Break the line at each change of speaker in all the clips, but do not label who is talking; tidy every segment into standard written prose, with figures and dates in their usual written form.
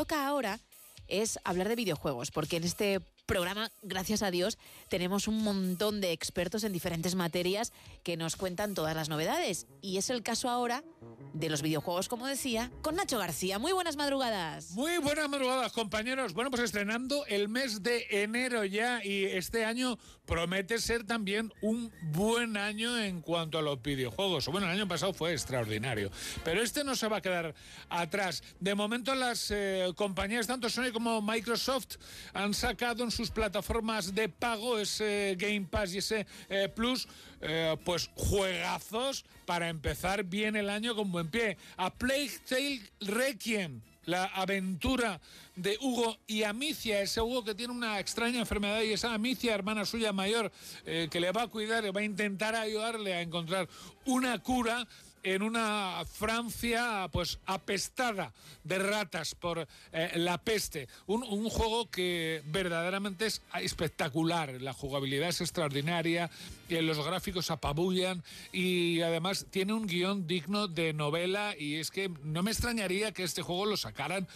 toca ahora es hablar de videojuegos, porque en este programa, gracias a Dios, tenemos un montón de expertos en diferentes materias que nos cuentan todas las novedades. Y es el caso ahora de los videojuegos, como decía, con Nacho García. Muy buenas madrugadas.
Muy buenas madrugadas, compañeros. Bueno, pues estrenando el mes de enero ya, y este año promete ser también un buen año en cuanto a los videojuegos. Bueno, el año pasado fue extraordinario, pero este no se va a quedar atrás. De momento las compañías, tanto Sony como Microsoft, han sacado en sus plataformas de pago, ese Game Pass y ese Plus, pues juegazos para empezar bien el año con buen pie. A Plague Tale Requiem, la aventura de Hugo y Amicia, ese Hugo que tiene una extraña enfermedad, y esa Amicia, hermana suya mayor, que le va a cuidar y va a intentar ayudarle a encontrar una cura en una Francia pues apestada de ratas por la peste. Un juego que verdaderamente es espectacular. La jugabilidad es extraordinaria, los gráficos apabullan y además tiene un guión digno de novela, y es que no me extrañaría que este juego lo sacaran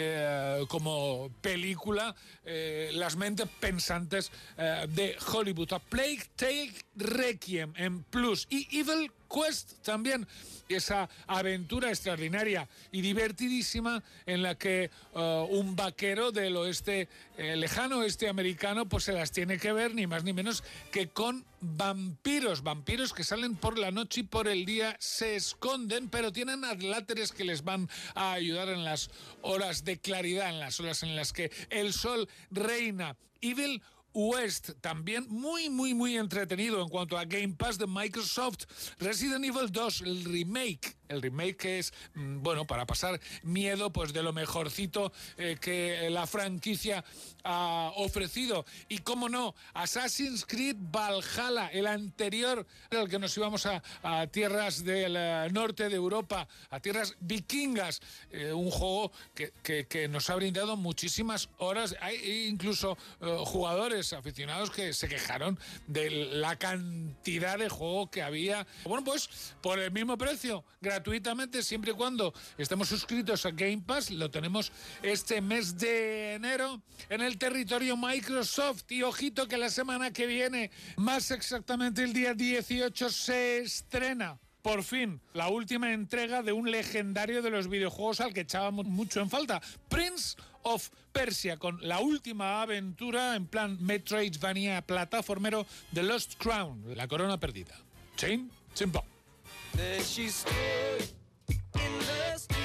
como película las mentes pensantes de Hollywood. A Plague Tale Requiem en Plus, y Evil Quest también, esa aventura extraordinaria y divertidísima en la que un vaquero del oeste, lejano oeste americano, pues se las tiene que ver ni más ni menos que con vampiros que salen por la noche y por el día se esconden, pero tienen adláteres que les van a ayudar en las horas de claridad, en las horas en las que el sol reina. Evil West, también muy entretenido en cuanto a Game Pass de Microsoft. Resident Evil 2, el remake que es, bueno, para pasar miedo, pues de lo mejorcito que la franquicia ha ofrecido. Y cómo no, Assassin's Creed Valhalla, el anterior, al que nos íbamos a tierras del norte de Europa, a tierras vikingas, un juego que nos ha brindado muchísimas horas. Hay incluso jugadores aficionados que se quejaron de la cantidad de juego que había. Bueno, pues por el mismo precio, gratuitamente, siempre y cuando estemos suscritos a Game Pass. Lo tenemos este mes de enero en el territorio Microsoft. Y ojito que la semana que viene, más exactamente el día 18, se estrena por fin la última entrega de un legendario de los videojuegos al que echábamos mucho en falta, Prince of Persia, con la última aventura en plan Metroidvania plataformero de Lost Crown, la corona perdida. Chain, Chimpa.
There she stood in the